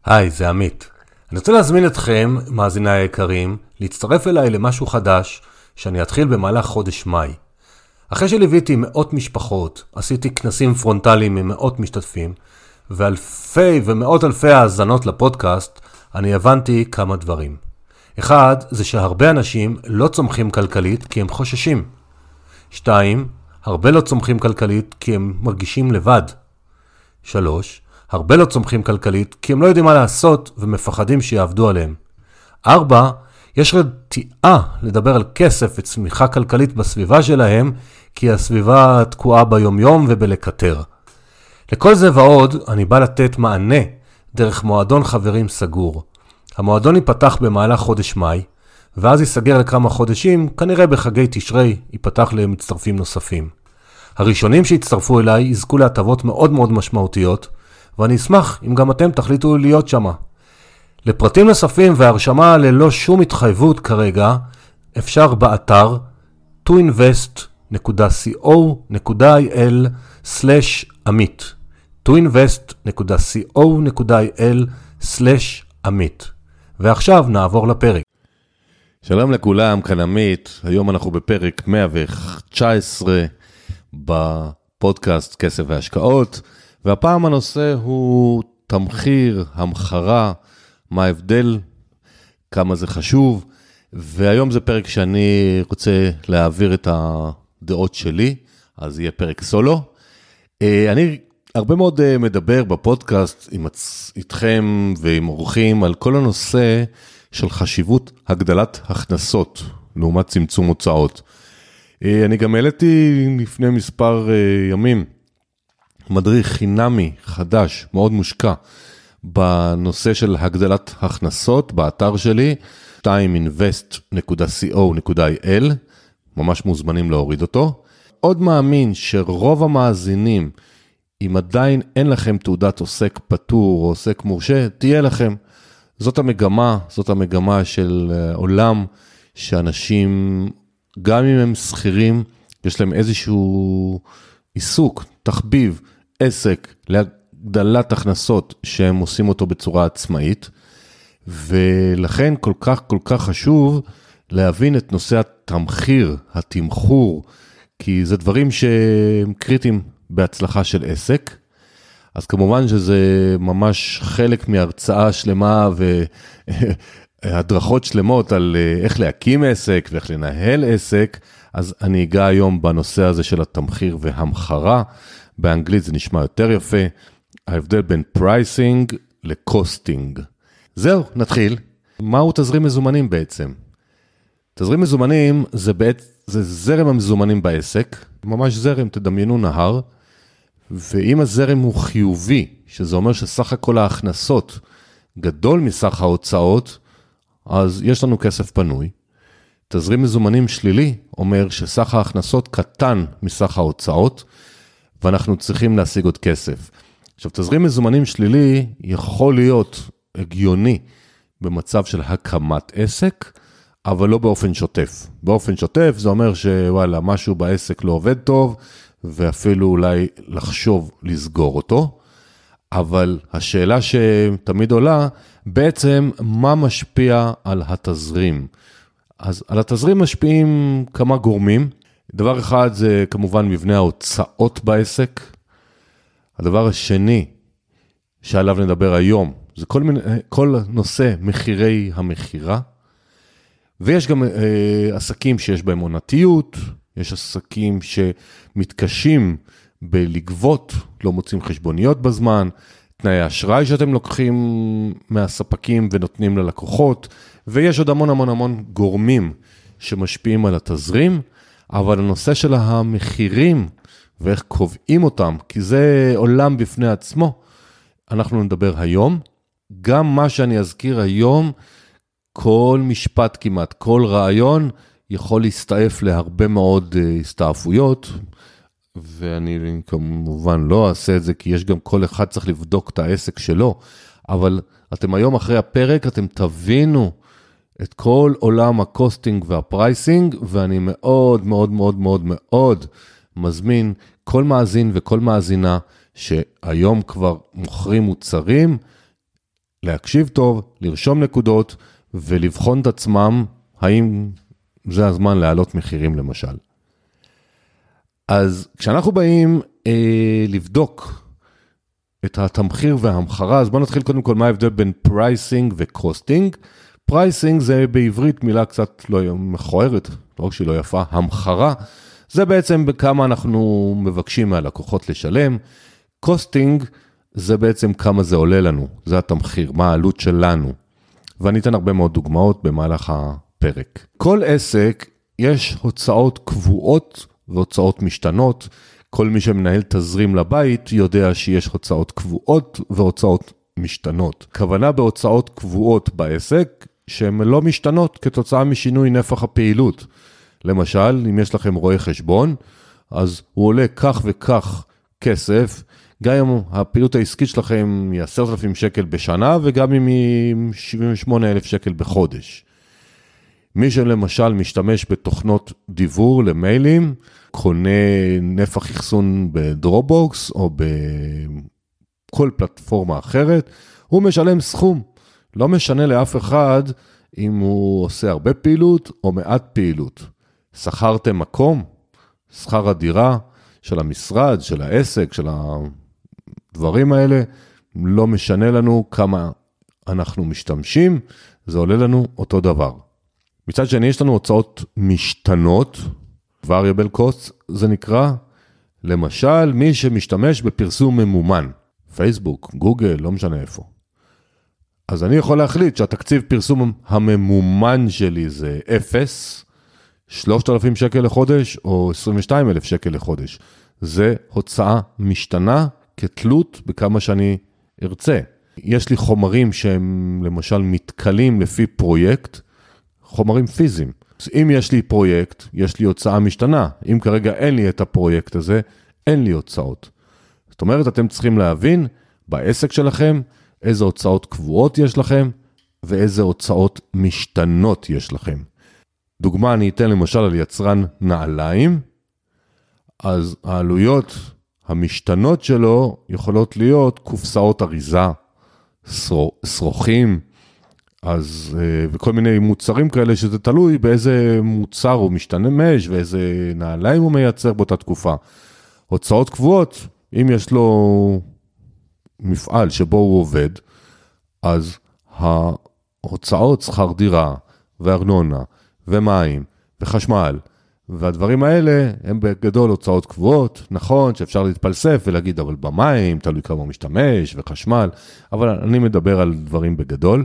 היי, זה עמית. אני רוצה להזמין אתכם, מאזיני היקרים, להצטרף אליי למשהו חדש שאני אתחיל במהלך חודש מאי. אחרי שליוויתי מאות משפחות, עשיתי כנסים פרונטליים עם מאות משתתפים, ואלפי ומאות אלפי האזנות לפודקאסט, אני הבנתי כמה דברים. אחד, זה שהרבה אנשים לא צומחים כלכלית כי הם חוששים. 2, הרבה לא צומחים כלכלית כי הם מרגישים לבד. 3, הרבה לא צומחים כלכלית כי הם לא יודעים מה לעשות ומפחדים שיעבדו עליהם. 4, יש רתיעה לדבר על כסף וצמיחה כלכלית בסביבה שלהם כי הסביבה תקועה ביומיום ובלקטר. לכל זה ועוד אני בא לתת מענה דרך מועדון חברים סגור. המועדון ייפתח במהלך חודש מאי, ואז ייסגר לכמה חודשים, כנראה בחגי תשרי ייפתח למצטרפים נוספים. הראשונים שהצטרפו אליי יזכו להטבות מאוד מאוד משמעותיות, ואני אשמח אם גם אתם תחליטו להיות שמה. לפרטים נוספים והרשמה ללא שום התחייבות כרגע, אפשר באתר toinvest.co.il/amit toinvest.co.il/amit. ועכשיו נעבור לפרק. שלום לכולם, כאן עמית. היום אנחנו בפרק 119 בפודקאסט כסף והשקעות, והפעם הנושא הוא תמחיר, המחרה, מה ההבדל, כמה זה חשוב, והיום זה פרק שאני רוצה להעביר את הדעות שלי, אז יהיה פרק סולו. אני הרבה מאוד מדבר בפודקאסט איתכם ועם אורחים על כל הנושא של חשיבות הגדלת הכנסות לעומת צמצום הוצאות. אני גם העליתי לפני מספר ימים מדריך חינמי חדש, מאוד מושקע, בנושא של הגדלת הכנסות באתר שלי, toinvest.co.il, ממש מוזמנים להוריד אותו. עוד מאמין שרוב המאזינים, אם עדיין אין לכם תעודת עוסק פטור או עוסק מורשה, תהיה לכם. זאת המגמה של עולם שאנשים, גם אם הם שכירים, יש להם איזשהו עיסוק, תחביב, עסק, להגדלת הכנסות שהם עושים אותו בצורה עצמאית, ולכן כל כך חשוב להבין את נושא התמחיר, התמחור, כי זה דברים שהם קריטיים בהצלחה של עסק. אז כמובן שזה ממש חלק מהרצאה שלמה והדרכות שלמות על איך להקים עסק ואיך לנהל עסק. אז אני אגע היום בנושא הזה של התמחיר והמחרה. באנגלית זה נשמע יותר יפה. ההבדל בין פרייסינג לקוסטינג. זהו, נתחיל. מהו תזרים מזומנים בעצם? תזרים מזומנים זה זרם המזומנים בעסק. ממש זרם, תדמיינו נהר. ואם הזרם הוא חיובי, שזה אומר שסך הכל ההכנסות גדול מסך ההוצאות, אז יש לנו כסף פנוי. תזרים מזומנים שלילי אומר שסך ההכנסות קטן מסך ההוצאות, ואנחנו צריכים להשיג עוד כסף. עכשיו, תזרים מזומנים שלילי יכול להיות הגיוני במצב של הקמת עסק, אבל לא באופן שוטף. באופן שוטף זה אומר שוואלה, משהו בעסק לא עובד טוב, ואפילו אולי לחשוב לסגור אותו, אבל השאלה שתמיד עולה, בעצם מה משפיע על התזרים? אז על התזרים משפיעים כמה גורמים. דבר אחד זה כמובן מבנה ההוצאות בעסק. הדבר השני שעליו נדבר היום, זה כל נושא מחירי המחירה, ויש גם עסקים שיש בהם עונתיות, יש עסקים שמתקשים בלגבות, לא מוצאים חשבוניות בזמן, תנאי האשראי שאתם לוקחים מהספקים ונותנים ללקוחות, ויש עוד המון גורמים שמשפיעים על התזרים, אבל הנושא של המחירים ואיך קובעים אותם, כי זה עולם בפני עצמו, אנחנו נדבר היום. גם מה שאני אזכיר היום, כל משפט כמעט, כל רעיון, יכול להסתעף להרבה מאוד הסתעפויות, ואני כמובן לא אעשה את זה, כי יש גם כל אחד צריך לבדוק את העסק שלו, אבל אתם היום אחרי הפרק, אתם תבינו את כל עולם הקוסטינג והפרייסינג, ואני מאוד מזמין כל מאזין וכל מאזינה, שהיום כבר מוכרים מוצרים, להקשיב טוב, לרשום נקודות ולבחון את עצמם, האם זה הזמן להעלות מחירים למשל. אז כשאנחנו באים לבדוק את התמחיר וההמחרה, אז בואו נתחיל קודם כל מה ההבדל בין פרייסינג וקוסטינג. פרייסינג זה בעברית מילה קצת לא מכוערת, לא רק שהיא לא יפה, המחרה, זה בעצם בכמה אנחנו מבקשים מהלקוחות לשלם. קוסטינג זה בעצם כמה זה עולה לנו, זה התמחיר, מה העלות שלנו. ואני אתן הרבה מאוד דוגמאות במהלך הפרק. כל עסק יש הוצאות קבועות והוצאות משתנות. כל מי שמנהל תזרים לבית יודע שיש הוצאות קבועות והוצאות משתנות. כוונה בהוצאות קבועות בעסק שהן לא משתנות כתוצאה משינוי נפח הפעילות. למשל, אם יש לכם רואה חשבון, אז הוא עולה כך וכך כסף, גם אם הפעילות העסקית שלכם היא 10,000 שקל בשנה, וגם אם היא 78,000 שקל בחודש. מי שלמשל משתמש בתוכנות דיבור למיילים, קונה נפח אחסון בדרופבוקס, או בכל פלטפורמה אחרת, הוא משלם סכום. לא משנה לאף אחד אם הוא עושה הרבה פעילות או מעט פעילות. שכרתם מקום, שכר הדירה של המשרד, של העסק, של הדברים האלה, לא משנה לנו כמה אנחנו משתמשים, זה עולה לנו אותו דבר. מצד שני, יש לנו הוצאות משתנות, variable cost זה נקרא, למשל, מי שמשתמש בפרסום ממומן, פייסבוק, גוגל, לא משנה איפה. אז אני יכול להחליט שהתקציב פרסום הממומן שלי זה 0, 3,000 שקל לחודש או 22,000 שקל לחודש. זה הוצאה משתנה כתלות בכמה שאני ארצה. יש לי חומרים שהם למשל מתקלים לפי פרויקט, חומרים פיזיים. אז אם יש לי פרויקט, יש לי הוצאה משתנה. אם כרגע אין לי את הפרויקט הזה, אין לי הוצאות. זאת אומרת, אתם צריכים להבין בעסק שלכם, איזה הוצאות קבועות יש לכם, ואיזה הוצאות משתנות יש לכם. דוגמה אני אתן למשל על יצרן נעליים, אז העלויות המשתנות שלו יכולות להיות קופסאות אריזה, שרוכים, אז, וכל מיני מוצרים כאלה שזה תלוי באיזה מוצר הוא משתמש ואיזה נעליים הוא מייצר באותה תקופה. הוצאות קבועות, אם יש לו מפעל שבו הוא עובד, אז ההוצאות שכר דירה וארנונה ומים וחשמל, והדברים האלה הם בגדול הוצאות קבועות, נכון שאפשר להתפלסף ולהגיד אבל במים תלוי כמה משתמש וחשמל, אבל אני מדבר על דברים בגדול,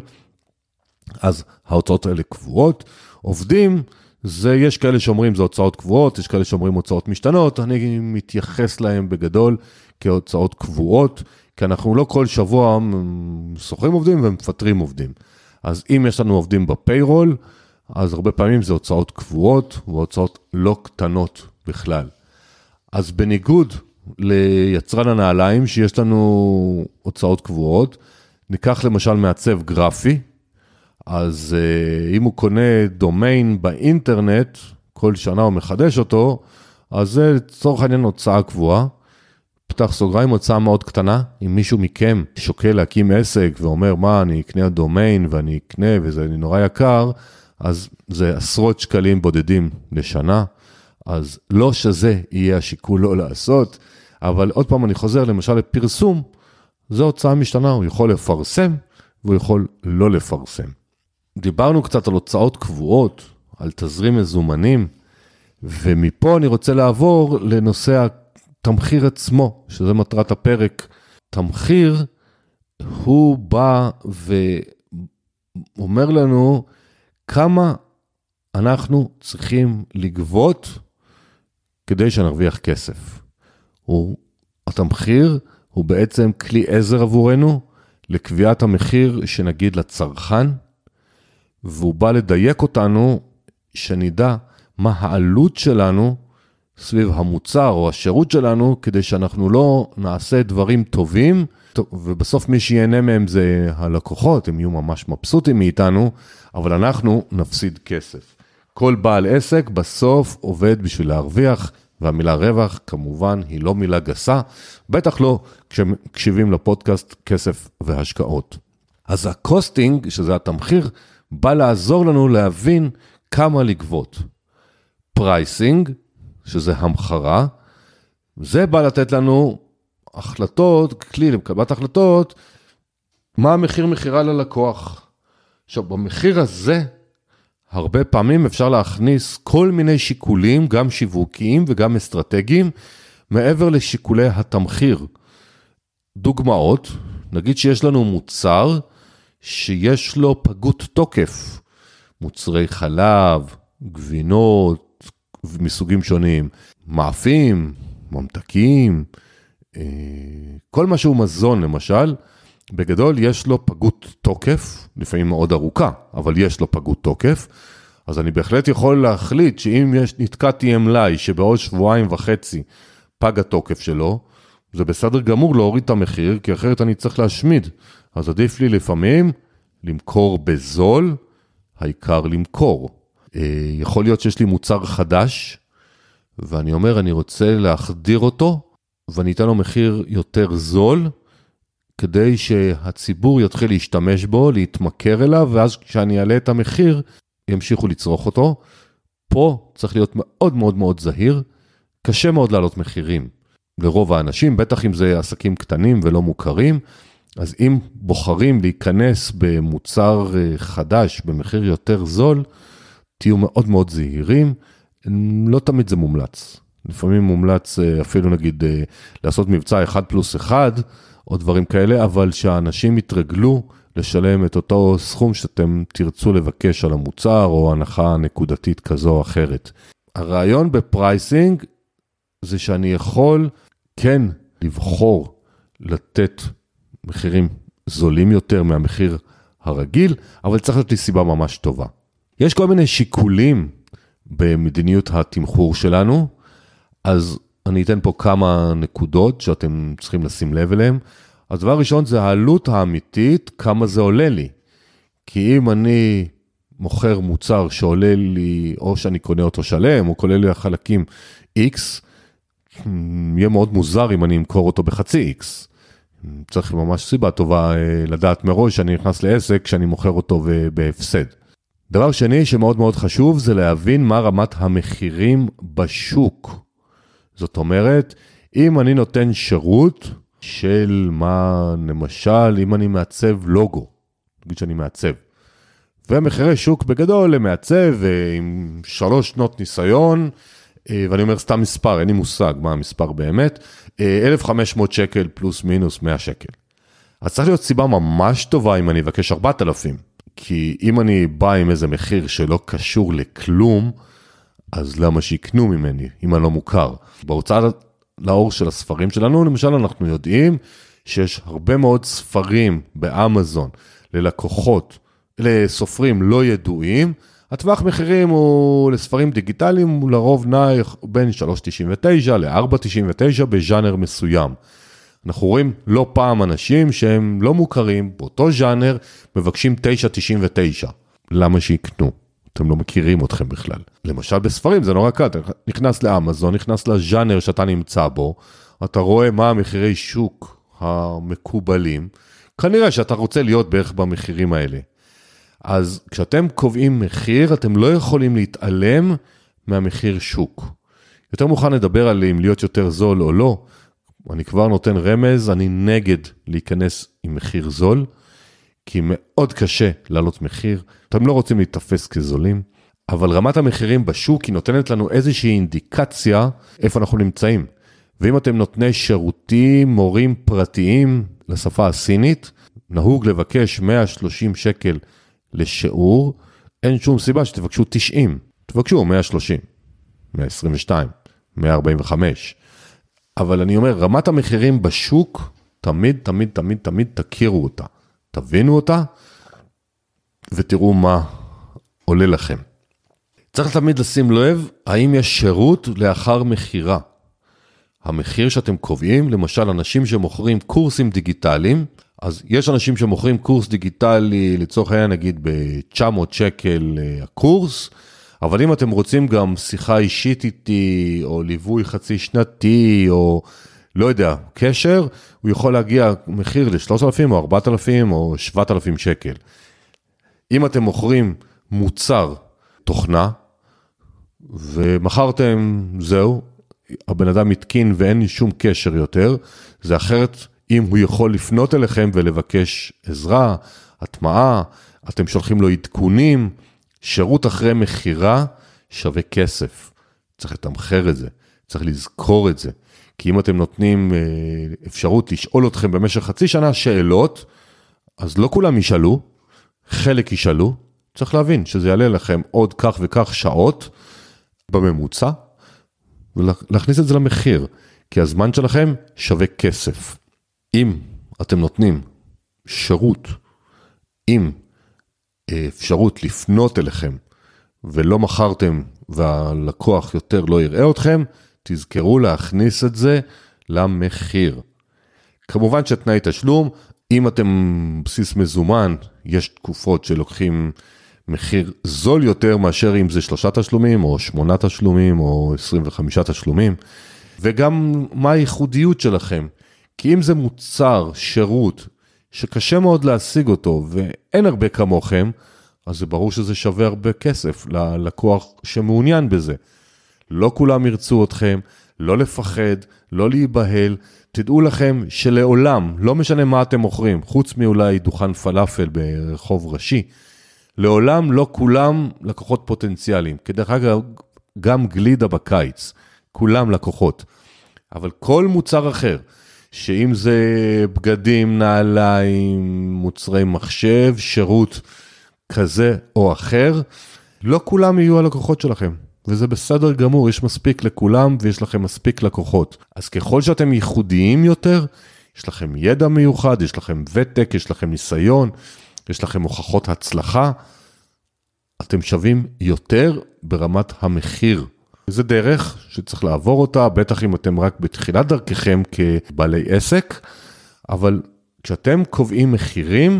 אז ההוצאות האלה קבועות, עובדים, יש כאלה שאומרים זה הוצאות קבועות, יש כאלה שאומרים הוצאות משתנות, אני מתייחס להם בגדול כהוצאות קבועות, כי אנחנו לא כל שבוע שוכרים עובדים ומפטרים עובדים. אז אם יש לנו עובדים בפיירול, אז הרבה פעמים זה הוצאות קבועות והוצאות לא קטנות בכלל. אז בניגוד ליצרן הנעליים שיש לנו הוצאות קבועות, ניקח למשל מעצב גרפי, אז אם הוא קונה דומיין באינטרנט, כל שנה הוא מחדש אותו, אז זה לצורך העניין הוצאה קבועה, פתח סוגריים, הוצאה מאוד קטנה, אם מישהו מכם שוקל להקים עסק ואומר מה אני אקנה דומיין ואני אקנה וזה נורא יקר, אז זה עשרות שקלים בודדים לשנה, אז לא שזה יהיה השיקול לא לעשות, אבל עוד פעם אני חוזר למשל לפרסום, זו הוצאה משתנה, הוא יכול לפרסם והוא יכול לא לפרסם. דיברנו קצת על הוצאות קבועות, על תזרים מזומנים, ומפה אני רוצה לעבור לנושא התמחיר עצמו, שזה מטרת הפרק. תמחיר הוא בא ואומר לנו כמה אנחנו צריכים לגבות כדי שנרוויח כסף. התמחיר הוא בעצם כלי עזר עבורנו לקביעת המחיר שנגיד לצרכן, והוא בא לדייק אותנו שנדע מה העלות שלנו סביב המוצר או השירות שלנו, כדי שאנחנו לא נעשה דברים טובים, ובסוף מי שיהנה מהם זה הלקוחות, הם יהיו ממש מבסוטים מאיתנו, אבל אנחנו נפסיד כסף. כל בעל עסק בסוף עובד בשביל להרוויח, והמילה רווח כמובן היא לא מילה גסה, בטח לא כשמקשיבים לפודקאסט כסף והשקעות. אז הקוסטינג, שזה התמחיר, בא לעזור לנו להבין כמה לגבות. פרייסינג, שזה המחרה, זה בא לתת לנו החלטות, כלי לקבלת החלטות, מה המחיר מחירה ללקוח. עכשיו, במחיר הזה, הרבה פעמים אפשר להכניס כל מיני שיקולים, גם שיווקיים וגם אסטרטגיים, מעבר לשיקולי התמחיר. דוגמאות, נגיד שיש לנו מוצר שיש לו פגות תוקף, מוצרי חלב, גבינות מסוגים שונים, מאפים, ממתקים, כל מה שהוא מזון למשל, בגדול יש לו פגות תוקף, לפעמים מאוד ארוכה, אבל יש לו פגות תוקף, אז אני בהחלט יכול להחליט שאם נתקעתי מלאי שבעוד 2.5 שבועות פג התוקף שלו, זה בסדר גמור להוריד את המחיר, כי אחרת אני צריך להשמיד. אז עדיף לי לפעמים למכור בזול, העיקר למכור. יכול להיות שיש לי מוצר חדש, ואני אומר, אני רוצה להחדיר אותו, ואני אתן לו מחיר יותר זול, כדי שהציבור יתחיל להשתמש בו, להתמכר אליו, ואז כשאני אעלה את המחיר, ימשיכו לצרוך אותו. פה צריך להיות מאוד מאוד מאוד זהיר, קשה מאוד לעלות מחירים. לרוב האנשים, בטח אם זה עסקים קטנים ולא מוכרים, אז אם בוחרים להיכנס במוצר חדש, במחיר יותר זול, תהיו מאוד מאוד זהירים, לא תמיד זה מומלץ. לפעמים מומלץ אפילו נגיד לעשות מבצע 1+1, או דברים כאלה, אבל שהאנשים יתרגלו לשלם את אותו סכום שאתם תרצו לבקש על המוצר, או הנחה נקודתית כזו או אחרת. הרעיון בפרייסינג, זה שאני יכול כן לבחור לתת מחירים זולים יותר מהמחיר הרגיל, אבל צריך להיות לי סיבה ממש טובה. יש כל מיני שיקולים במדיניות התמחור שלנו, אז אני אתן פה כמה נקודות שאתם צריכים לשים לב אליהם. אז דבר ראשון זה העלות האמיתית, כמה זה עולה לי. כי אם אני מוכר מוצר שעולה לי, או שאני קונה אותו שלם, או כולל לי החלקים X, יהיה מאוד מוזר אם אני אמכור אותו בחצי X. צריך ממש סיבה טובה לדעת מראש שאני נכנס לעסק, שאני מוכר אותו בהפסד. דבר שני שמאוד מאוד חשוב, זה להבין מה רמת המחירים בשוק. זאת אומרת, אם אני נותן שירות של מה, למשל, אם אני מעצב לוגו, נגיד שאני מעצב, ומחירי שוק בגדול למעצב עם 3 שנות ניסיון, ואני אומר סתם מספר, אין לי מושג מה המספר באמת, 1,500 שקל פלוס מינוס 100 שקל. אז צריך להיות סיבה ממש טובה אם אני אבקש 4,000, כי אם אני בא עם איזה מחיר שלא קשור לכלום, אז למה שיקנו ממני, אם אני לא מוכר? בהוצאה לאור של הספרים שלנו, למשל אנחנו יודעים שיש הרבה מאוד ספרים באמזון ללקוחות, לסופרים לא ידועים, הטווח מחירים הוא לספרים דיגיטליים, הוא לרוב נע בין 3.99 ל-4.99 בז'אנר מסוים. אנחנו רואים לא פעם אנשים שהם לא מוכרים, באותו ז'אנר מבקשים 9.99. למה שיקנו? אתם לא מכירים אתכם בכלל. למשל בספרים זה נורא קל, אתה נכנס לאמזון, נכנס לז'אנר שאתה נמצא בו, אתה רואה מה המחירי שוק המקובלים, כנראה שאתה רוצה להיות בערך במחירים האלה. אז כשאתם קובעים מחיר, אתם לא יכולים להתעלם מהמחיר שוק. יותר מוכן לדבר על אם להיות יותר זול או לא, אני כבר נותן רמז, אני נגד להיכנס עם מחיר זול, כי מאוד קשה לעלות מחיר, אתם לא רוצים להתאפס כזולים, אבל רמת המחירים בשוק היא נותנת לנו איזושהי אינדיקציה איפה אנחנו נמצאים. ואם אתם נותני שירותים, מורים פרטיים לשפה הסינית, נהוג לבקש 130 שקל לשיעור, אין שום סיבה שתבקשו 90, תבקשו 130, 122, 145. אבל אני אומר, רמת המחירים בשוק, תמיד, תמיד, תמיד, תמיד תכירו אותה. תבינו אותה, ותראו מה עולה לכם. צריך תמיד לשים לב, האם יש שירות לאחר מחירה. המחיר שאתם קובעים, למשל אנשים שמוכרים קורסים דיגיטליים, אז יש אנשים שמוכרים קורס דיגיטלי, לצורך העניין נגיד ב-900 שקל הקורס, אבל אם אתם רוצים גם שיחה אישית איתי, או ליווי חצי שנתי, או לא יודע, קשר, הוא יכול להגיע מחיר ל-3,000 או 4,000 או 7,000 שקל. אם אתם מוכרים מוצר תוכנה, ומחרתם זהו, הבן אדם מתקין ואין שום קשר יותר, זה אחרת אם הוא יכול לפנות אליכם ולבקש עזרה, הטמעה, אתם שולחים לו עדכונים, שירות אחרי מחירה שווה כסף. צריך לתמחר את זה, צריך לזכור את זה. כי אם אתם נותנים אפשרות לשאול אתכם במשך חצי שנה שאלות, אז לא כולם ישאלו, חלק ישאלו, צריך להבין שזה יעלה לכם עוד כך וכך שעות בממוצע, ולהכניס את זה למחיר, כי הזמן שלכם שווה כסף. אם אתם נותנים שירות, עם אפשרות לפנות אליכם, ולא מכרתם והלקוח יותר לא יראה אתכם, תזכרו להכניס את זה למחיר. כמובן שתנאי תשלום, אם אתם בסיס מזומן, יש תקופות שלוקחים מחיר זול יותר מאשר אם זה 3 תשלומים או 8 תשלומים או 25 תשלומים, וגם מה הייחודיות שלכם. כי אם זה מוצר, שירות, שקשה מאוד להשיג אותו ואין הרבה כמוכם, אז זה ברור שזה שווה הרבה כסף ללקוח שמעוניין בזה. לא כולם ירצו אתכם, לא לפחד, לא להיבהל, תדעו לכם שלעולם, לא משנה מה אתם מוכרים, חוץ מאולי דוכן פלאפל ברחוב ראשי, לעולם לא כולם לקוחות פוטנציאליים, כדרך אגב גם גלידה בקיץ, כולם לקוחות, אבל כל מוצר אחר, שאם זה בגדים, נעליים, מוצרי מחשב, שירות כזה או אחר, לא כולם יהיו הלקוחות שלכם. וזה בסדר גמור, יש מספיק לכולם ויש לכם מספיק לקוחות. אז ככל שאתם ייחודיים יותר, יש לכם ידע מיוחד, יש לכם ותק, יש לכם ניסיון, יש לכם הוכחות הצלחה, אתם שווים יותר ברמת המחיר. זה דרך שצריך לעבור אותה, בטח אם אתם רק בתחילת דרככם כבעלי עסק, אבל כשאתם קובעים מחירים,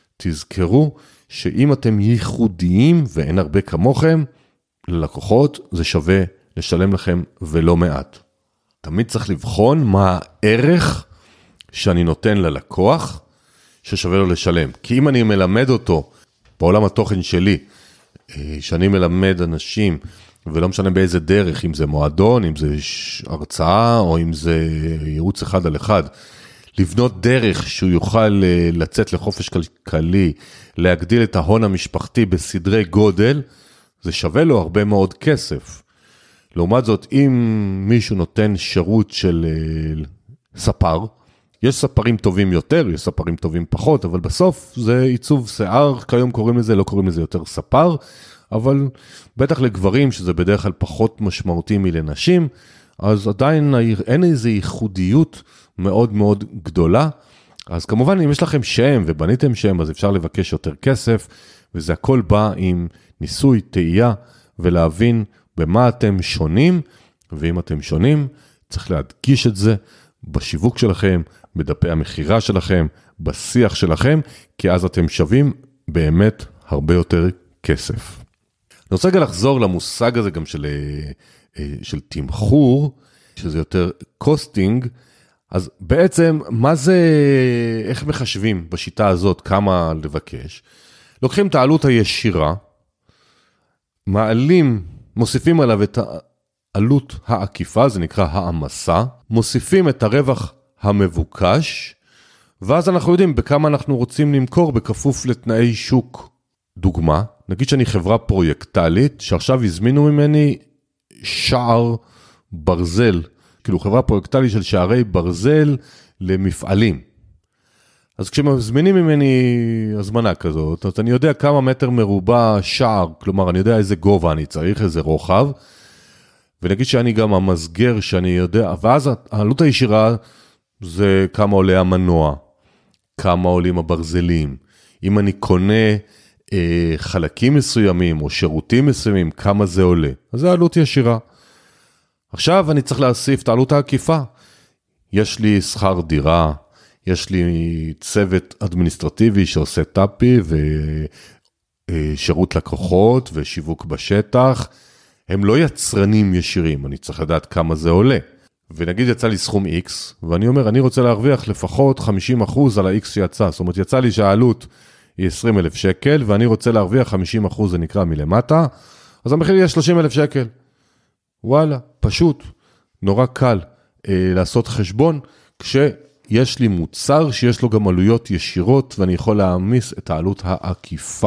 תזכרו שאם אתם ייחודיים ואין הרבה כמוכם, ללקוחות זה שווה לשלם לכם ולא מעט. תמיד צריך לבחון מה הערך שאני נותן ללקוח ששווה לו לשלם. כי אם אני מלמד אותו בעולם התוכן שלי, שאני מלמד אנשים, ולא משנה באיזה דרך, אם זה מועדון, אם זה הרצאה, או אם זה ייעוץ אחד על אחד, לבנות דרך שהוא יוכל לצאת לחופש כלכלי, להגדיל את ההון המשפחתי בסדרי גודל, זה שווה לו הרבה מאוד כסף. לעומת זאת, אם מישהו נותן שירות של ספר, יש ספרים טובים יותר, יש ספרים טובים פחות, אבל בסוף זה עיצוב שיער, כיום קוראים לזה, לא קוראים לזה יותר ספר, אבל בטח לגברים, שזה בדרך כלל פחות משמעותי מלנשים, אז עדיין אין איזו ייחודיות מאוד מאוד גדולה. אז כמובן, אם יש לכם שם ובניתם שם, אז אפשר לבקש יותר כסף, וזה הכל בא עם ניסוי, תאייה, ולהבין במה אתם שונים, ואם אתם שונים, צריך להדגיש את זה בשיווק שלכם, בדפי המחירה שלכם, בשיח שלכם, כי אז אתם שווים באמת הרבה יותר כסף. אני רוצה רגע לחזור למושג הזה גם של תמחור, שזה יותר קוסטינג, אז בעצם מה זה, איך מחשבים בשיטה הזאת, כמה לבקש? לוקחים את העלות הישירה, מעלים, מוסיפים עליו את העלות העקיפה, זה נקרא העמסה, מוסיפים את הרווח המבוקש, ואז אנחנו יודעים בכמה אנחנו רוצים למכור בכפוף לתנאי שוק. דוגמה, נגיד שאני חברה פרויקטלית, שעכשיו הזמינו ממני שער ברזל, כאילו חברה פרויקטלית של שערי ברזל למפעלים. אז כשמזמינים ממני הזמנה כזאת, אז אני יודע כמה מטר מרובע שער, כלומר אני יודע איזה גובה אני צריך, איזה רוחב, ונגיד שאני גם המסגר שאני יודע, ואז העלות הישירה זה כמה עולה המנוע, כמה עולים הברזלים, אם אני קונה חלקים מסוימים או שירותים מסוימים, כמה זה עולה, אז זה העלות ישירה. עכשיו אני צריך להוסיף את העלות העקיפה, יש לי שכר דירה, יש לי צוות אדמיניסטרטיבי שעושה טאפי ושירות לקוחות ושיווק בשטח, הם לא יצרנים ישירים, אני צריך לדעת כמה זה עולה. ונגיד יצא לי סכום X, ואני אומר, אני רוצה להרוויח לפחות 50% על ה-X שיצא, זאת אומרת, יצא לי שהעלות היא 20,000 שקל, ואני רוצה להרוויח 50%, זה נקרא מלמטה, אז המחיר יהיה 30,000 שקל. וואלה, פשוט, נורא קל לעשות חשבון, כשיש לי מוצר שיש לו גם עלויות ישירות, ואני יכול להעמיס את העלות העקיפה.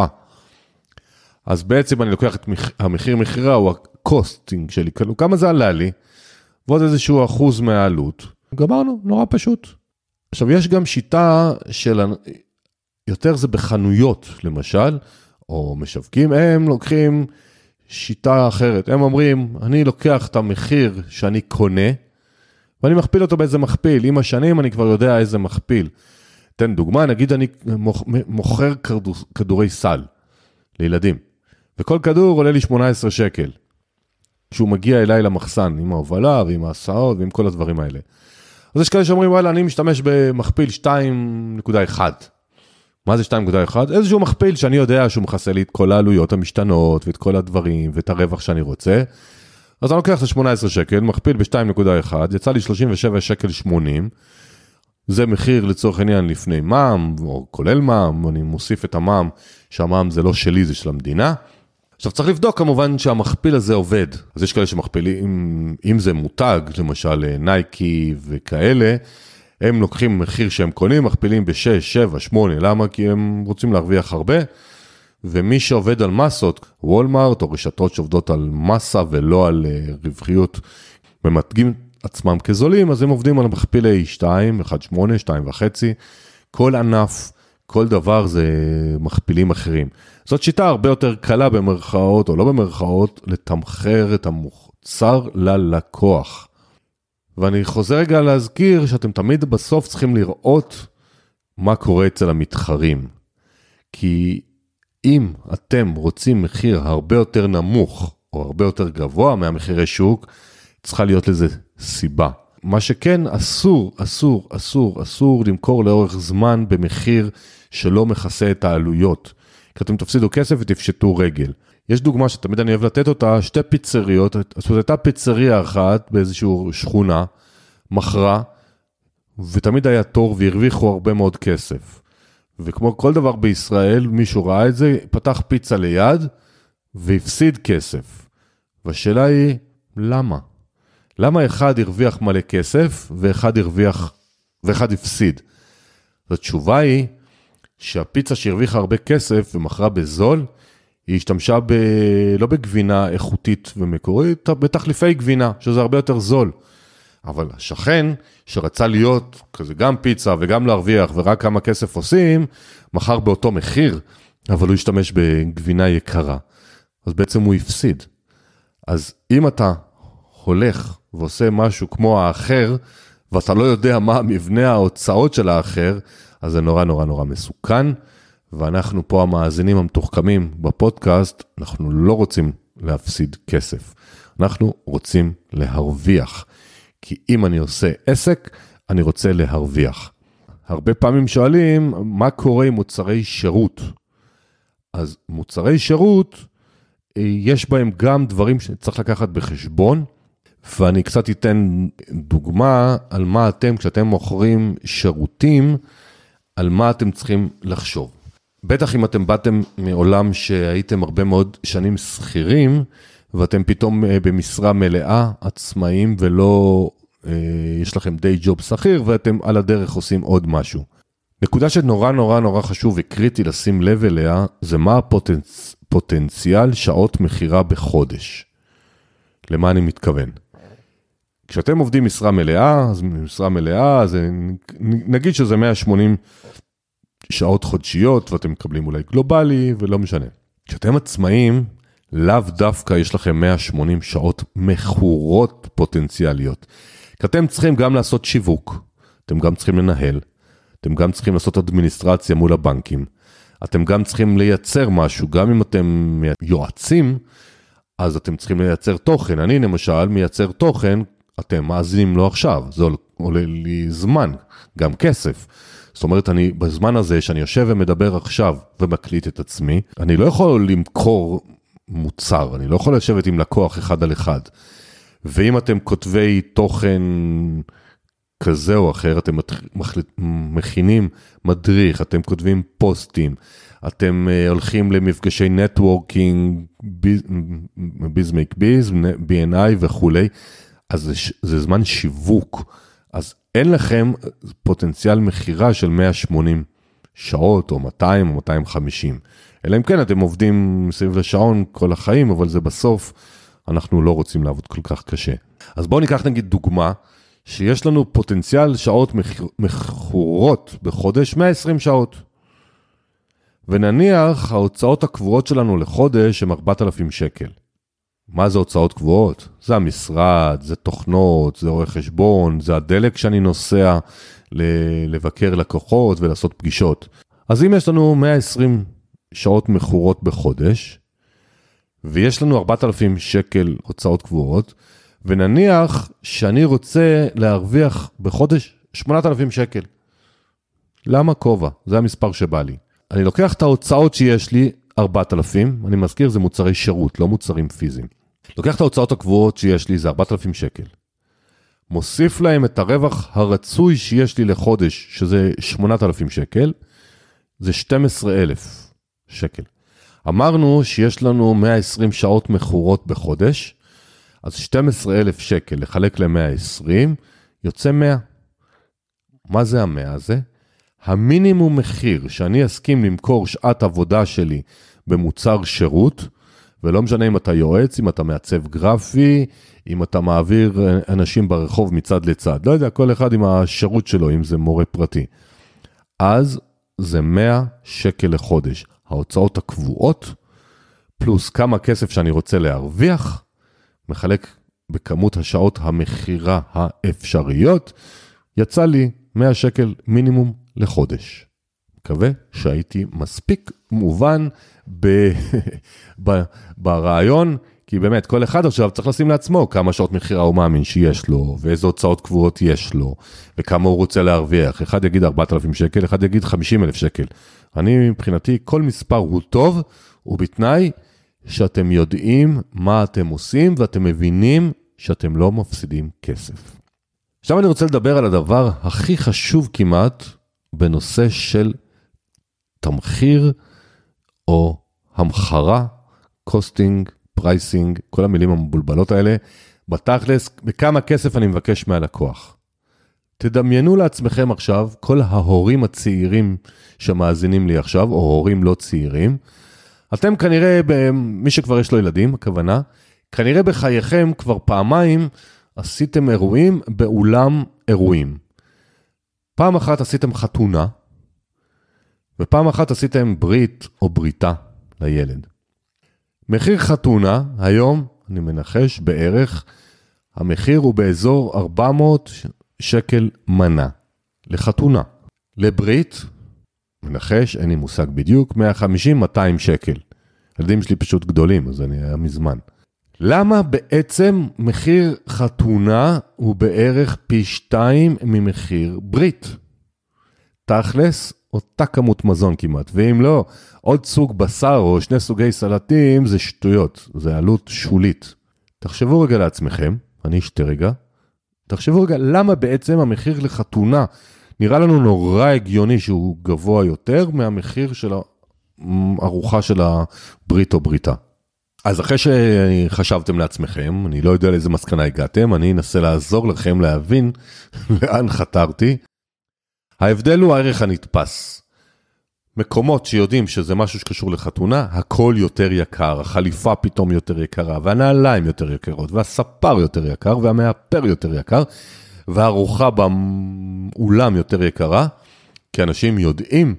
אז בעצם אני לוקח את המחיר מחירה, או הקוסטינג שלי, כמה זה עלה לי, ועוד איזשהו אחוז מהעלות. גמרנו, נורא פשוט. עכשיו, יש גם שיטה של, יותר זה בחנויות, למשל, או משווקים, הם לוקחים שיטה אחרת. הם אומרים, אני לוקח את המחיר שאני קונה, ואני מכפיל אותו באיזה מכפיל. עם השנים אני כבר יודע איזה מכפיל. תן דוגמה, נגיד אני מוכר כדורי סל לילדים, וכל כדור עולה לי 18 שקל. כשהוא מגיע אליי למחסן, עם ההובלה ועם ההסעות ועם כל הדברים האלה. אז יש כאלה שאומרים, וואלה, אני משתמש במכפיל 2.1. מה זה 2.1? איזשהו מכפיל שאני יודע שהוא מכסה לי את כל העלויות המשתנות, ואת כל הדברים, ואת הרווח שאני רוצה. אז אני לוקח את 18 שקל, מכפיל ב-2.1, יצא לי 37 שקל 80, זה מחיר לצורך העניין לפני מע"מ, או כולל מע"מ, אני מוסיף את המע"מ, שהמע"מ זה לא שלי, זה של המדינה. עכשיו צריך לבדוק כמובן שהמכפיל הזה עובד, אז יש כאלה שמכפילים, אם זה מותג, למשל נייקי וכאלה, הם לוקחים מחיר שהם קונים, מכפילים ב-6, 7, 8, למה? כי הם רוצים להרוויח הרבה, ומי שעובד על מסות, וולמארט או רשתות שעובדות על מסה ולא על רווחיות, ומתגים עצמם כזולים, אז הם עובדים על מכפילי 2, 1, 8, 2 וחצי, כל ענף, כל דבר זה מכפילים אחרים. זאת שיטה הרבה יותר קלה במרכאות או לא במרכאות, לתמחר את המוצר ללקוח. ואני חוזר רגע להזכיר שאתם תמיד בסוף צריכים לראות מה קורה אצל המתחרים. כי אם אתם רוצים מחיר הרבה יותר נמוך או הרבה יותר גבוה מהמחירי שוק, צריכה להיות לזה סיבה. מה שכן אסור למכור לאורך זמן במחיר שלא מכסה את העלויות. כי אתם תפסידו כסף ותפשטו רגל. יש דוגמה שתמיד אני אוהב לתת אותה, שתי פיצריות, זאת הייתה פיצריה אחת באיזושהי שכונה, מכרה, ותמיד היה תור והרוויחו הרבה מאוד כסף. וכמו כל דבר בישראל, מישהו ראה את זה, פתח פיצה ליד והפסיד כסף. והשאלה היא, למה? למה אחד הרוויח מלא כסף ואחד הפסיד? התשובה היא שהפיצה שהרוויחה הרבה כסף ומכרה בזול, היא השתמשה לא בגבינה איכותית ומקורית, בתחליפי גבינה, שזה הרבה יותר זול. אבל השכן שרצה להיות כזה גם פיצה וגם להרוויח ורק כמה כסף עושים, מכר באותו מחיר, אבל הוא השתמש בגבינה יקרה. אז בעצם הוא הפסיד. אז אם אתה הולך ועושה משהו כמו האחר, ואתה לא יודע מה מבנה ההוצאות של האחר, אז זה נורא נורא נורא מסוכן, ואנחנו פה המאזינים המתוחכמים בפודקאסט, אנחנו לא רוצים להפסיד כסף. אנחנו רוצים להרוויח. כי אם אני עושה עסק, אני רוצה להרוויח. הרבה פעמים שואלים, מה קורה עם מוצרי שירות? אז מוצרי שירות, יש בהם גם דברים שצריך לקחת בחשבון, ואני קצת אתן דוגמה על מה אתם, כשאתם מוכרים שירותים, על מה אתם צריכים לחשוב. בטח אם אתם באתם מעולם שהייתם הרבה מאוד שנים שכירים, ואתם פתאום במשרה מלאה, עצמאים, ולא יש לכם די ג'וב שכיר, ואתם על הדרך עושים עוד משהו. נקודה שנורא נורא נורא חשוב וקריטי לשים לב אליה, זה מה הפוטנציאל שעות מחירה בחודש. למה אני מתכוון? כשאתם עובדים משרה מלאה, אז משרה מלאה, אז נגיד שזה 180 שעות חודשיות, ואתם מקבלים אולי גלובלי, ולא משנה. כשאתם עצמאים, לאו דווקא יש לכם 180 שעות מכורות פוטנציאליות. כי אתם צריכים גם לעשות שיווק, אתם גם צריכים לנהל, אתם גם צריכים לעשות אדמיניסטרציה מול הבנקים, אתם גם צריכים לייצר משהו, גם אם אתם יועצים, אז אתם צריכים לייצר תוכן. אני למשל מייצר תוכן, אתם מאזינים לו עכשיו, זה עולה לי זמן, גם כסף. זאת אומרת, אני בזמן הזה שאני יושב ומדבר עכשיו ומקליט את עצמי, אני לא יכול למכור מוצר, אני לא יכול לשבת עם לקוח אחד על אחד. ואם אתם כותבי תוכן כזה או אחר, אתם מכינים מדריך, אתם כותבים פוסטים, אתם הולכים למפגשי נטוורקינג, ביז-מייק ביז, B&I וכו', אז זה זמן שיווק, אז אין לכם פוטנציאל מחירה של 180 שעות או 200 או 250, אלא אם כן אתם עובדים סביב לשעון כל החיים, אבל זה בסוף, אנחנו לא רוצים לעבוד כל כך קשה. אז בואו ניקח נגיד דוגמה, שיש לנו פוטנציאל שעות מכורות בחודש, 120 שעות. ונניח ההוצאות הקבועות שלנו לחודש הם 4,000 שקל. מה זה הוצאות קבועות? זה המשרד, זה תוכנות, זה רואה חשבון, זה הדלק שאני נוסע לבקר לקוחות ולעשות פגישות. אז אם יש לנו 120 שעות מכורות בחודש, ויש לנו 4,000 שקל הוצאות קבועות, ונניח שאני רוצה להרוויח בחודש 8,000 שקל. למה כובע? זה המספר שבא לי. אני לוקח את ההוצאות שיש לי, 4,000, אני מזכיר, זה מוצרי שירות, לא מוצרים פיזיים. לוקח את ההוצאות הקבועות שיש לי, זה 4,000 שקל. מוסיף להם את הרווח הרצוי שיש לי לחודש, שזה 8,000 שקל, זה 12,000 שקל. אמרנו שיש לנו 120 שעות מכורות בחודש, אז 12,000 שקל לחלק ל-120, יוצא 100. מה זה ה-100 הזה? המינימום מחיר שאני אסכים למכור שעת עבודה שלי במוצר שירות, ולא משנה אם אתה יועץ, אם אתה מעצב גרפי, אם אתה מעביר אנשים ברחוב מצד לצד, לא יודע, כל אחד עם השירות שלו, אם זה מורה פרטי. אז זה 100 שקל לחודש. ההוצאות הקבועות, פלוס כמה כסף שאני רוצה להרוויח, מחלק בכמות השעות המחירה האפשריות, יצא לי 100 שקל מינימום לחודש. מקווה שהייתי מספיק מובן ברעיון, כי באמת כל אחד עכשיו צריך לשים לעצמו כמה שעות מחירה הוא מאמין שיש לו, ואיזה הוצאות קבועות יש לו, וכמה הוא רוצה להרוויח. אחד יגיד 4,000 שקל, אחד יגיד 50,000 שקל. אני מבחינתי כל מספר הוא טוב, ובתנאי שאתם יודעים מה אתם עושים, ואתם מבינים שאתם לא מפסידים כסף. עכשיו אני רוצה לדבר על הדבר הכי חשוב כמעט, בנושא של תמחיר או המחרה, קוסטינג, פרייסינג, כל המילים המבולבלות האלה, בתכלס, בכמה כסף אני מבקש מהלקוח. תדמיינו לעצמכם עכשיו, כל ההורים הצעירים שמאזינים לי עכשיו, או הורים לא צעירים, אתם כנראה, מי שכבר יש לו ילדים, הכוונה, כנראה בחייכם כבר פעמיים עשיתם אירועים באולם אירועים. פעם אחת עשיתם חתונה, ופעם אחת עשיתם ברית או בריתה לילד. מחיר חתונה, היום, אני מנחש בערך, המחיר הוא באזור 400 שקל מנה, לחתונה. לברית, מנחש, אין לי מושג בדיוק, 150-200 שקל. הילדים שלי פשוט גדולים, אז אני היה מזמן. למה בעצם מחיר חתונה הוא בערך פי 2 ממחיר ברית? תכלס, אותה כמות מזון כמעט, ואם לא, עוד סוג בשר או 2 סוגי סלטים, זה שטויות, זה עלות שולית. תחשבו רגע לעצמכם, אני אשתה רגע, תחשבו רגע למה בעצם המחיר לחתונה נראה לנו נורא הגיוני שהוא גבוה יותר מהמחיר של הארוחה של הברית או בריתה. אז אחרי שחשבתם לעצמכם, אני לא יודע לאיזה מסקנה הגעתם, אני אנסה לעזור לכם להבין לאן חתרתי. ההבדל הוא הערך הנתפס. מקומות שיודעים שזה משהו שקשור לחתונה, הכל יותר יקר, החליפה פתאום יותר יקרה, והנעליים יותר יקרות, והספר יותר יקר, והמאפר יותר יקר, והארוחה באולם יותר יקרה, כי אנשים יודעים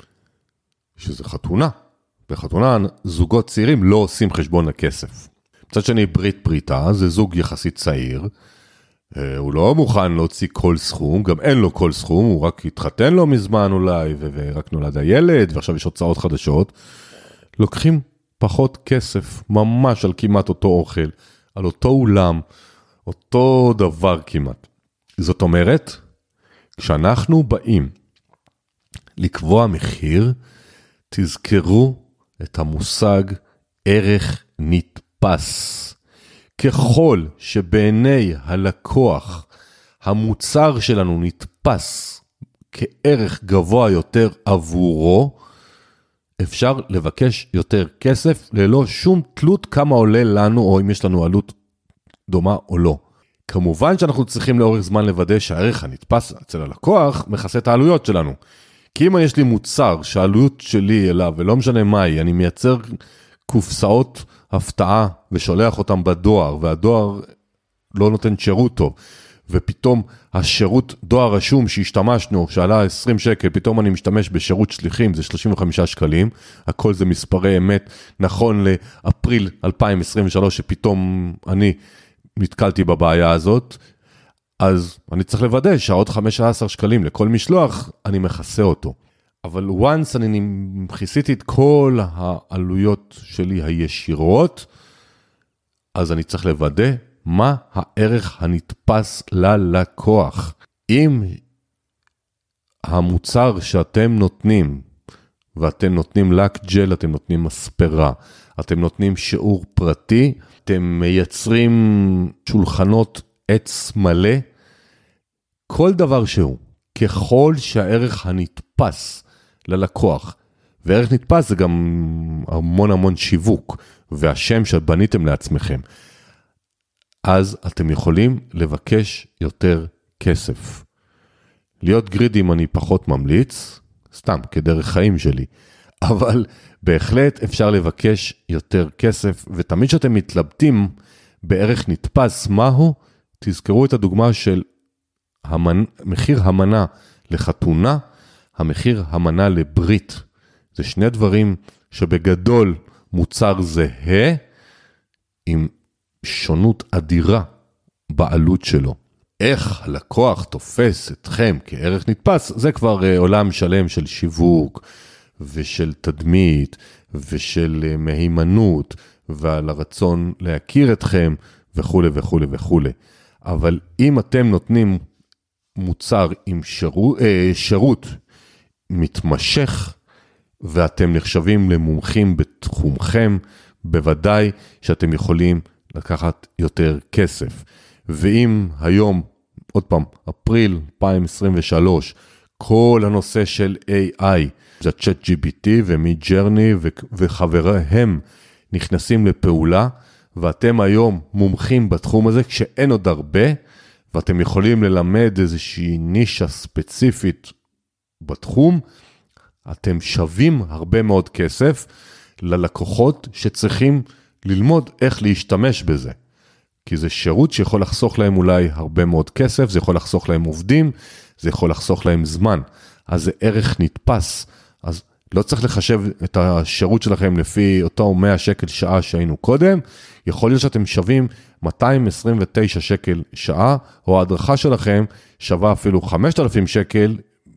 שזה חתונה. בחתונה זוגות צעירים לא עושים חשבון לכסף. מצד שני ברית בריתה, זה זוג יחסית צעיר, הוא לא מוכן להוציא כל סכום, גם אין לו כל סכום, הוא רק התחתן לו מזמן אולי, ורק נולד הילד, ועכשיו יש הוצאות חדשות. לוקחים פחות כסף, ממש על כמעט אותו אוכל, על אותו אולם, אותו דבר כמעט. זאת אומרת, כשאנחנו באים לקבוע מחיר, תזכרו את המושג ערך נתפס. ככל שבעיני הלקוח המוצר שלנו נתפס כערך גבוה יותר עבורו, אפשר לבקש יותר כסף ללא שום תלות כמה עולה לנו או אם יש לנו עלות דומה או לא. כמובן שאנחנו צריכים לאורך זמן לוודא שהערך הנתפס אצל הלקוח מכסה את העלויות שלנו. כי אם יש לי מוצר שהעלויות שלי אליו ולא משנה מהי, אני מייצר קופסאות הפתעה ושולח אותם בדואר, והדואר לא נותן שירות טוב, ופתאום השירות דואר רשום שהשתמשנו, שעלה 20 שקל, פתאום אני משתמש בשירות שליחים, זה 35 שקלים, הכל זה מספרי אמת, נכון לאפריל 2023, שפתאום אני נתקלתי בבעיה הזאת, אז אני צריך לוודא שעוד 15 שקלים לכל משלוח, אני מכסה אותו. אבל once אני כיסיתי את כל העלויות שלי הישירות, אז אני צריך לוודא מה הערך הנתפס ללקוח. אם המוצר שאתם נותנים, ואתם נותנים לק ג'ל, אתם נותנים מספרה, אתם נותנים שיעור פרטי, אתם מייצרים שולחנות עץ מלא, כל דבר שהוא, ככל שהערך הנתפס ללקוח, וערך נתפס זה גם המון שיווק, והשם שבניתם לעצמכם, אז אתם יכולים לבקש יותר כסף. להיות גרידים אני פחות ממליץ, סתם כדרך חיים שלי, אבל בהחלט אפשר לבקש יותר כסף, ותמיד שאתם מתלבטים בערך נתפס מהו, תזכרו את הדוגמה של מחיר המנה לחתונה, המחיר המנה לברית. זה שני דברים שבגדול מוצר זהה, עם שונות אדירה בעלות שלו. איך הלקוח תופס אתכם כערך נתפס, זה כבר עולם שלם של שיווק, ושל תדמית, ושל מהימנות, ועל הרצון להכיר אתכם, וכו' וכו' וכו'. אבל אם אתם נותנים מוצר עם שירות מתמשך, ואתם נחשבים למומחים בתחומכם, בוודאי שאתם יכולים לקחת יותר כסף. ואם היום, עוד פעם, אפריל 2023, כל הנושא של AI, זה ChatGPT וMidjourney וחבריהם נכנסים לפעולה, ואתם היום מומחים בתחום הזה, כשאין עוד הרבה, ואתם יכולים ללמד איזושהי נישה ספציפית בתחום, אתם שווים הרבה מאוד כסף ללקוחות שצריכים ללמוד איך להשתמש בזה. כי זה שירות שיכול לחסוך להם אולי הרבה מאוד כסף, זה יכול לחסוך להם עובדים, זה יכול לחסוך להם זמן. אז זה ערך נתפס. אז לא צריך לחשב את השירות שלכם לפי אותו 100 שקל שעה שהיינו קודם. יכול להיות שאתם שווים 229 שקל שעה, או ההדרכה שלכם שווה אפילו 5,000 שקל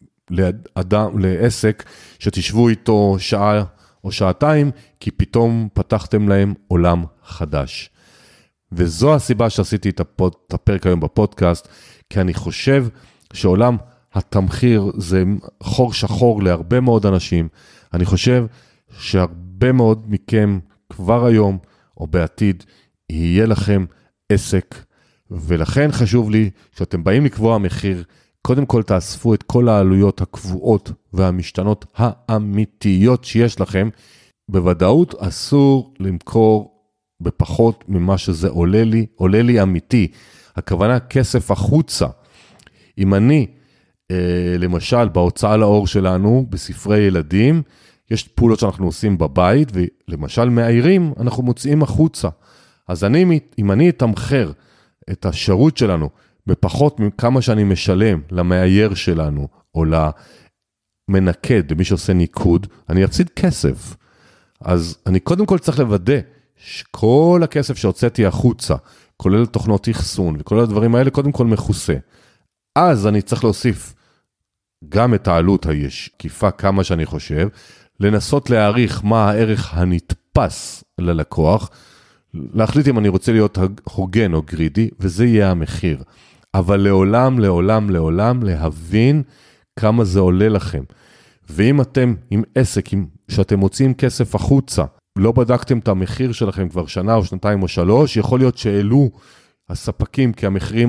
לעסק שתשבו איתו שעה או שעתיים, כי פתאום פתחתם להם עולם חדש. וזו הסיבה שעשיתי את הפרק היום בפודקאסט, כי אני חושב שעולם התמחיר זה חור שחור להרבה מאוד אנשים. אני חושב שהרבה מאוד מכם כבר היום או בעתיד יהיה לכם עסק, ולכן חשוב לי שאתם באים לקבוע מחיר, קודם כל תאספו את כל העלויות הקבועות והמשתנות האמיתיות שיש לכם. בוודאות אסור למכור בפחות ממה שזה עולה לי אמיתי. הכוונה כסף החוצה. אם אני, למשל בהוצאה לאור שלנו, בספרי ילדים, יש פעולות שאנחנו עושים בבית, ולמשל מאיירים, אנחנו מוציאים החוצה. אז אם אני אתמחר את השירות שלנו, בפחות מכמה שאני משלם למאייר שלנו, או למנקד, למי שעושה ניקוד, אני אפסיד כסף. אז אני קודם כל צריך לוודא, שכל הכסף שהוצאתי החוצה, כולל תוכנות אחסון, וכל הדברים האלה, קודם כל מכוסה. אז אני צריך להוסיף גם את העלות הישקיפה, כמה שאני חושב, לנסות להעריך מה הערך הנתפס ללקוח, להחליט אם אני רוצה להיות הוגן או גרידי, וזה יהיה המחיר. אבל לעולם להבין כמה זה עולה לכם. ואם אתם עם עסק, שאתם מוצאים כסף החוצה, לא בדקתם את המחיר שלכם כבר שנה או שנתיים או 3, יכול להיות שהעלו הספקים כי המחירים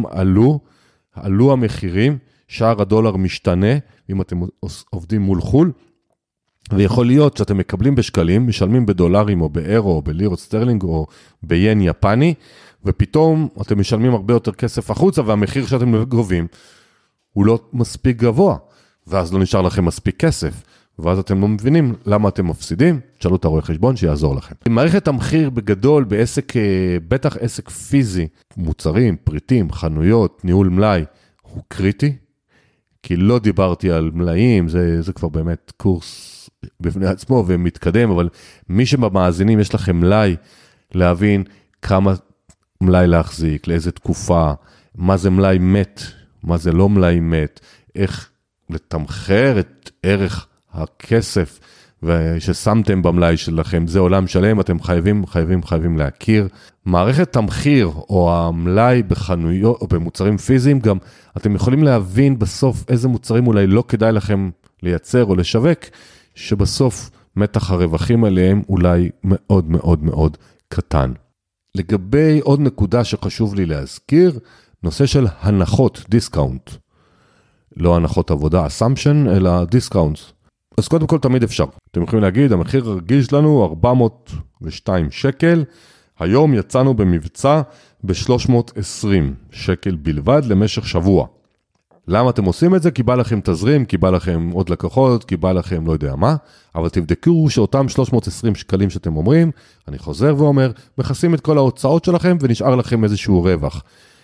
עלו המחירים, שער הדולר משתנה, אם אתם עובדים מול חול, ויכול להיות שאתם מקבלים בשקלים, משלמים בדולרים או באירו או בלירות סטרלינג או ביין יפני, ופתאום אתם משלמים הרבה יותר כסף החוצה, והמחיר שאתם גובים הוא לא מספיק גבוה, ואז לא נשאר לכם מספיק כסף, ואז אתם לא מבינים למה אתם מפסידים, תשאלו את הרואה חשבון שיעזור לכם. מערכת המחיר בגדול בעסק, בטח עסק פיזי, מוצרים, פריטים, חנויות, ניהול מלאי, הוא קריטי, כי לא דיברתי על מלאים, זה כבר באמת קורס בפני עצמו ומתקדם, אבל מי שבמאזינים יש לכם מלאי, להבין כמה מלאי להחזיק, לאיזה תקופה, מה זה מלאי מת, מה זה לא מלאי מת, איך לתמחר את ערך הכסף ששמתם במלאי שלכם, זה עולם שלם, אתם חייבים להכיר. מערכת תמחיר או המלאי בחנויות או במוצרים פיזיים, גם אתם יכולים להבין בסוף איזה מוצרים אולי לא כדאי לכם לייצר או לשווק, שבסוף מתח הרווחים עליהם אולי מאוד מאוד מאוד קטן. לגבי עוד נקודה שחשוב לי להזכיר, נושא של הנחות, דיסקאונט. לא הנחות עבודה, assumption, אלא דיסקאונט. אז קודם כל תמיד אפשר. אתם יכולים להגיד, המחיר הרגיל שלנו 402 שקל, היום יצאנו במבצע ב-320 שקל בלבד למשך שבוע. למה אתם עושים את זה? כי בא לכם תזרים, כי בא לכם עוד לקוחות, כי בא לכם לא יודע מה, אבל תבדקו שאותם 320 שקלים שאתם אומרים, אני חוזר ואומר, מכסים את כל ההוצאות שלכם ונשאר לכם איזשהו רווח.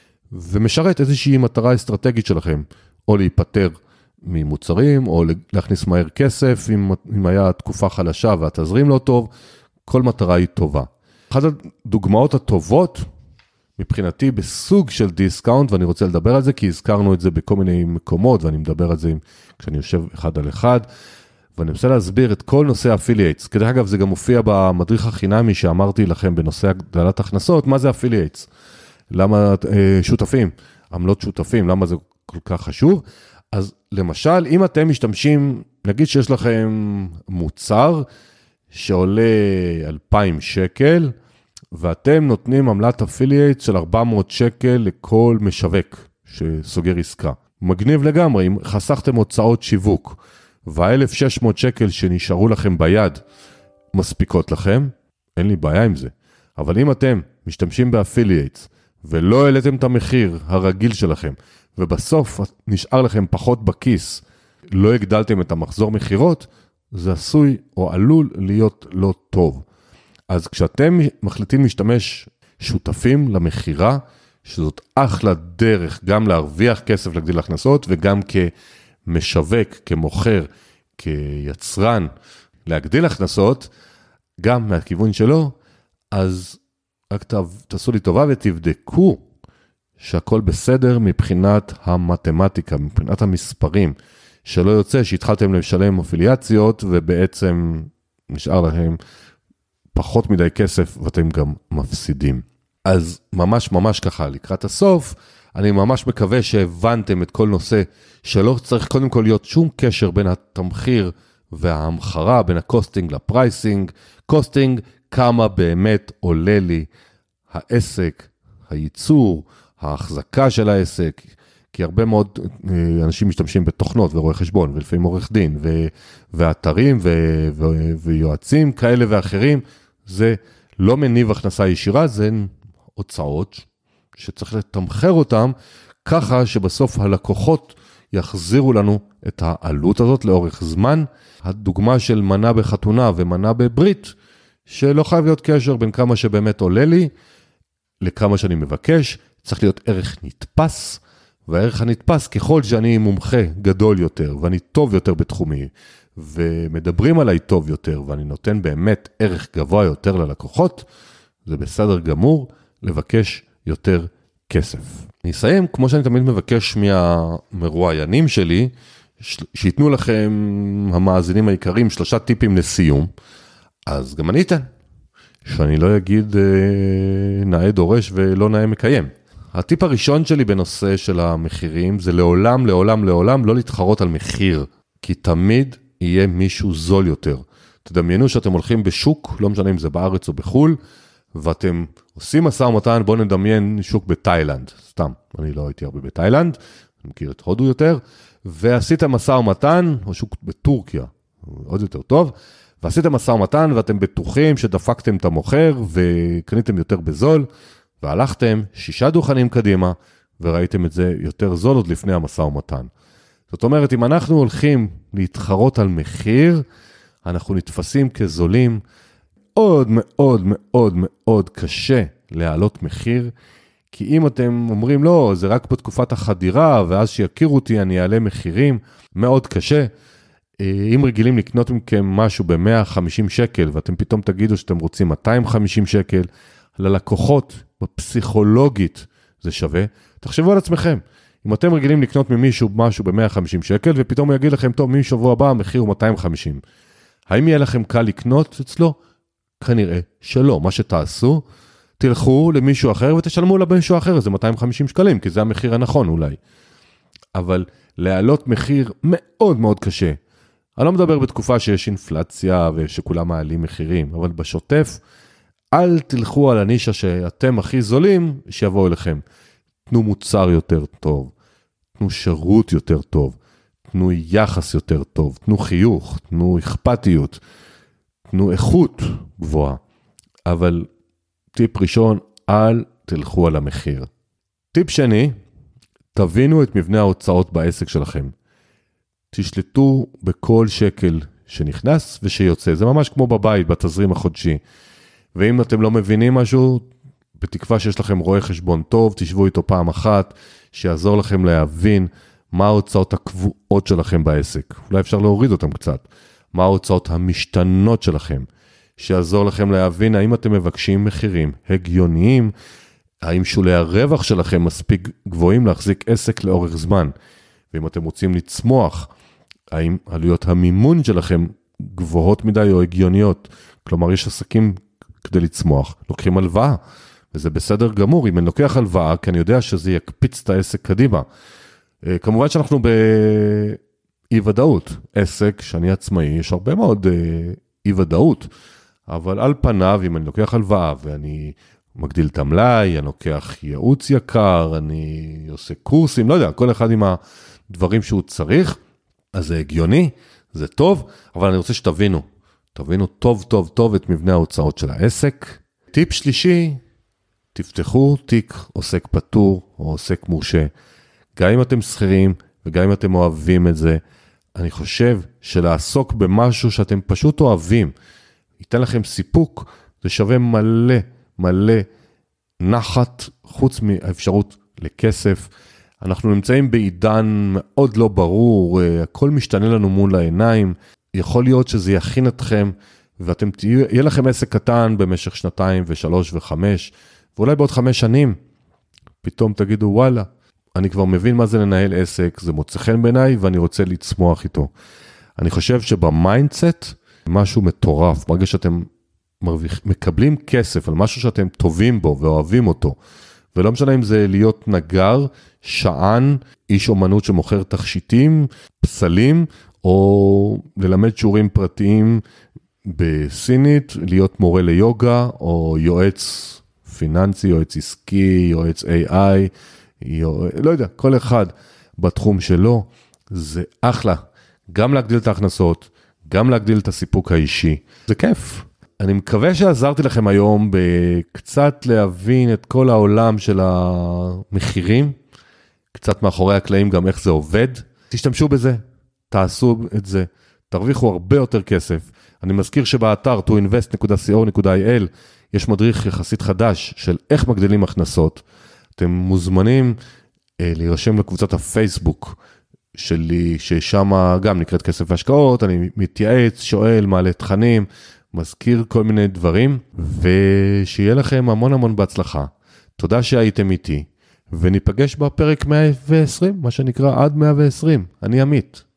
ומשרת איזושהי מטרה אסטרטגית שלכם, או להיפטר ממוצרים, או להכניס מהר כסף, אם היה תקופה חלשה והתזרים לא טוב, כל מטרה היא טובה. אחת הדוגמאות הטובות, מבחינתי בסוג של דיסקאונט, ואני רוצה לדבר על זה, כי הזכרנו את זה בכל מיני מקומות, ואני מדבר על זה כשאני יושב אחד על אחד, ואני רוצה להסביר את כל נושא affiliates. כדי אגב, זה גם מופיע במדריך החינמי שאמרתי לכם בנושא הגדלת הכנסות, מה זה affiliates? למה שותפים? עמלות שותפים, למה זה כל כך חשוב? אז למשל, אם אתם משתמשים, נגיד שיש לכם מוצר שעולה 2,000 שקל, ואתם נותנים עמלת affiliate של 400 שקל לכל משווק שסוגר עסקה. מגניב לגמרי, אם חסכתם הוצאות שיווק, וה-1,600 שקל שנשארו לכם ביד מספיקות לכם, אין לי בעיה עם זה. אבל אם אתם משתמשים ב-affiliates, ולא העליתם את המחיר הרגיל שלכם, ובסוף נשאר לכם פחות בכיס, לא הגדלתם את המחזור מחירות, זה עשוי או עלול להיות לא טוב. אז כשאתם מחליטים להשתמש שותפים למחירה, שזאת אחלה דרך גם להרוויח כסף להגדיל הכנסות, וגם כמשווק, כמוכר, כיצרן, להגדיל הכנסות, גם מהכיוון שלו, אז רק תעשו לי טובה ותבדקו שהכל בסדר מבחינת המתמטיקה, מבחינת המספרים, שלא יוצא שהתחלתם לשלם אפיליאציות, ובעצם נשאר לכם פחות מדי כסף, ואתם גם מפסידים. אז ממש ככה, לקראת הסוף, אני ממש מקווה שהבנתם את כל נושא, שלא צריך קודם כל להיות שום קשר בין התמחיר וההמחרה, בין הקוסטינג לפרייסינג. קוסטינג, כמה באמת עולה לי העסק, הייצור, ההחזקה של העסק, כי הרבה מאוד אנשים משתמשים בתוכנות ורואי חשבון, ולפעמים עורך דין, ואתרים ויועצים כאלה ואחרים, זה לא מניב הכנסה ישירה, זה הוצאות שצריך לתמחר אותם, ככה שבסוף הלקוחות יחזירו לנו את העלות הזאת לאורך זמן. הדוגמה של מנה בחתונה ומנה בברית, שלא חייב להיות קשר בין כמה שבאמת עולה לי, לכמה שאני מבקש, צריך להיות ערך נתפס, והערך הנתפס ככל שאני מומחה גדול יותר, ואני טוב יותר בתחומי, ומדברים עליי טוב יותר, ואני נותן באמת ערך גבוה יותר ללקוחות, זה בסדר גמור לבקש יותר כסף. אני אסיים, כמו שאני תמיד מבקש מהמרואיינים שלי, שיתנו לכם המאזינים העיקריים 3 טיפים לסיום, אז גם אני אתן, שאני לא אגיד נאה דורש ולא נאה מקיים. הטיפ הראשון שלי בנושא של המחירים, זה לעולם לא להתחרות על מחיר, כי תמיד יהיה מישהו זול יותר. תדמיינו שאתם הולכים בשוק, לא משנה אם זה בארץ או בחול, ואתם עושים משא ומתן, בואו נדמיין שוק בתאילנד, סתם, אני לא הייתי הרבה בתאילנד, אני מכיר את הודו יותר, ועשיתם משא ומתן, או שוק בטורקיה, עוד יותר טוב, ועשיתם משא ומתן ואתם בטוחים שדפקתם את המוכר וקניתם יותר בזול, והלכתם 6 דוכנים קדימה, וראיתם את זה יותר זול עוד לפני המשא ומתן. זאת אומרת, אם אנחנו הולכים להתחרות על מחיר, אנחנו נתפסים כזולים, מאוד מאוד מאוד מאוד קשה להעלות מחיר, כי אם אתם אומרים לא, זה רק בתקופת החדירה, ואז שיכירו אותי אני אעלה מחירים, מאוד קשה. אם רגילים לקנות מכם משהו ב-150 שקל, ואתם פתאום תגידו שאתם רוצים 250 שקל, ללקוחות, בפסיכולוגית זה שווה, תחשבו על עצמכם. אם אתם רגילים לקנות ממישהו משהו ב-150 שקל, ופתאום הוא יגיד לכם, טוב, משבוע הבא המחיר הוא 250. האם יהיה לכם קל לקנות אצלו? כנראה שלא. מה שתעשו, תלכו למישהו אחר ותשלמו למישהו אחר, זה 250 שקלים, כי זה המחיר הנכון אולי. אבל להעלות מחיר מאוד מאוד קשה. אני לא מדבר בתקופה שיש אינפלציה ושכולם מעלים מחירים, אבל בשוטף, אל תלכו על הנישה שאתם הכי זולים, שיבואו אליכם. תנו מוצר יותר טוב, תנו שירות יותר טוב, תנו יחס יותר טוב, תנו חיוך, תנו אכפתיות, תנו איכות גבוהה. אבל טיפ ראשון, אל תלכו על המחיר. טיפ שני, תבינו את מבנה ההוצאות בעסק שלכם. תשלטו בכל שקל שנכנס ושיוצא. זה ממש כמו בבית, בתזרים החודשי. ואם אתם לא מבינים משהו, בתקווה שיש לכם רואה חשבון טוב, תשבו איתו פעם אחת, שיעזור לכם להבין מה ההוצאות הקבועות שלכם בעסק. אולי אפשר להוריד אותם קצת. מה ההוצאות המשתנות שלכם, שיעזור לכם להבין האם אתם מבקשים מחירים הגיוניים, האם שולי הרווח שלכם מספיק גבוהים להחזיק עסק לאורך זמן, ואם אתם רוצים לצמוח, האם עלויות המימון שלכם גבוהות מדי או הגיוניות, כלומר יש עסקים כדי לצמוח, לוקחים הלוואה, וזה בסדר גמור, אם אני לוקח הלוואה, כי אני יודע שזה יקפיץ את העסק קדימה. כמובן שאנחנו באי-ודאות, עסק שאני עצמאי, יש הרבה מאוד אי-ודאות, אבל על פניו, אם אני לוקח הלוואה ואני מגדיל את המלאי, אני לוקח ייעוץ יקר, אני עושה קורסים, לא יודע, כל אחד עם הדברים שהוא צריך, אז זה הגיוני, זה טוב, אבל אני רוצה שתבינו, תבינו טוב טוב טוב את מבנה ההוצאות של העסק. טיפ שלישי, תפתחו תיק עוסק פטור או עוסק מורשה, גם אם אתם שכירים וגם אם אתם אוהבים את זה, אני חושב שלעסוק במשהו שאתם פשוט אוהבים, ייתן לכם סיפוק, זה שווה מלא מלא נחת, חוץ מהאפשרות לכסף. אנחנו נמצאים בעידן מאוד לא ברור, הכל משתנה לנו מול העיניים, יכול להיות שזה יכין אתכם, ואתם יהיה לכם עסק קטן במשך 2 ו3 ו5, ואולי בעוד 5 שנים, פתאום תגידו וואלה, אני כבר מבין מה זה לנהל עסק, זה מוצא חן בעיניי ואני רוצה לצמוח איתו. אני חושב שבמיינדסט, משהו מטורף, ברגע שאתם מקבלים כסף על משהו שאתם טובים בו ואוהבים אותו, ולא משנה אם זה להיות נגר, שען, איש אומנות שמוכר תכשיטים, פסלים, או ללמד שיעורים פרטיים בסינית, להיות מורה ליוגה, או יועץ פיננסי, יועץ עסקי, יועץ AI, לא יודע, כל אחד בתחום שלו, זה אחלה. גם להגדיל את ההכנסות, גם להגדיל את הסיפוק האישי. זה כיף. אני מקווה שעזרתי לכם היום בקצת להבין את כל העולם של המחירים, קצת מאחורי הקלעים גם איך זה עובד. תשתמשו בזה, תעשו את זה, תרוויחו הרבה יותר כסף. אני מזכיר שבאתר toinvest.co.il יש מדריך יחסית חדש של איך מגדילים הכנסות. אתם מוזמנים להירשם לקבוצת הפייסבוק שלי, ששם גם נקראת כסף והשקעות, אני מתייעץ, שואל, מעלה תכנים, מזכיר כל מיני דברים, ושיהיה לכם המון המון בהצלחה. תודה שהייתם איתי, וניפגש בפרק 120, מה שנקרא עד 120. אני עמית.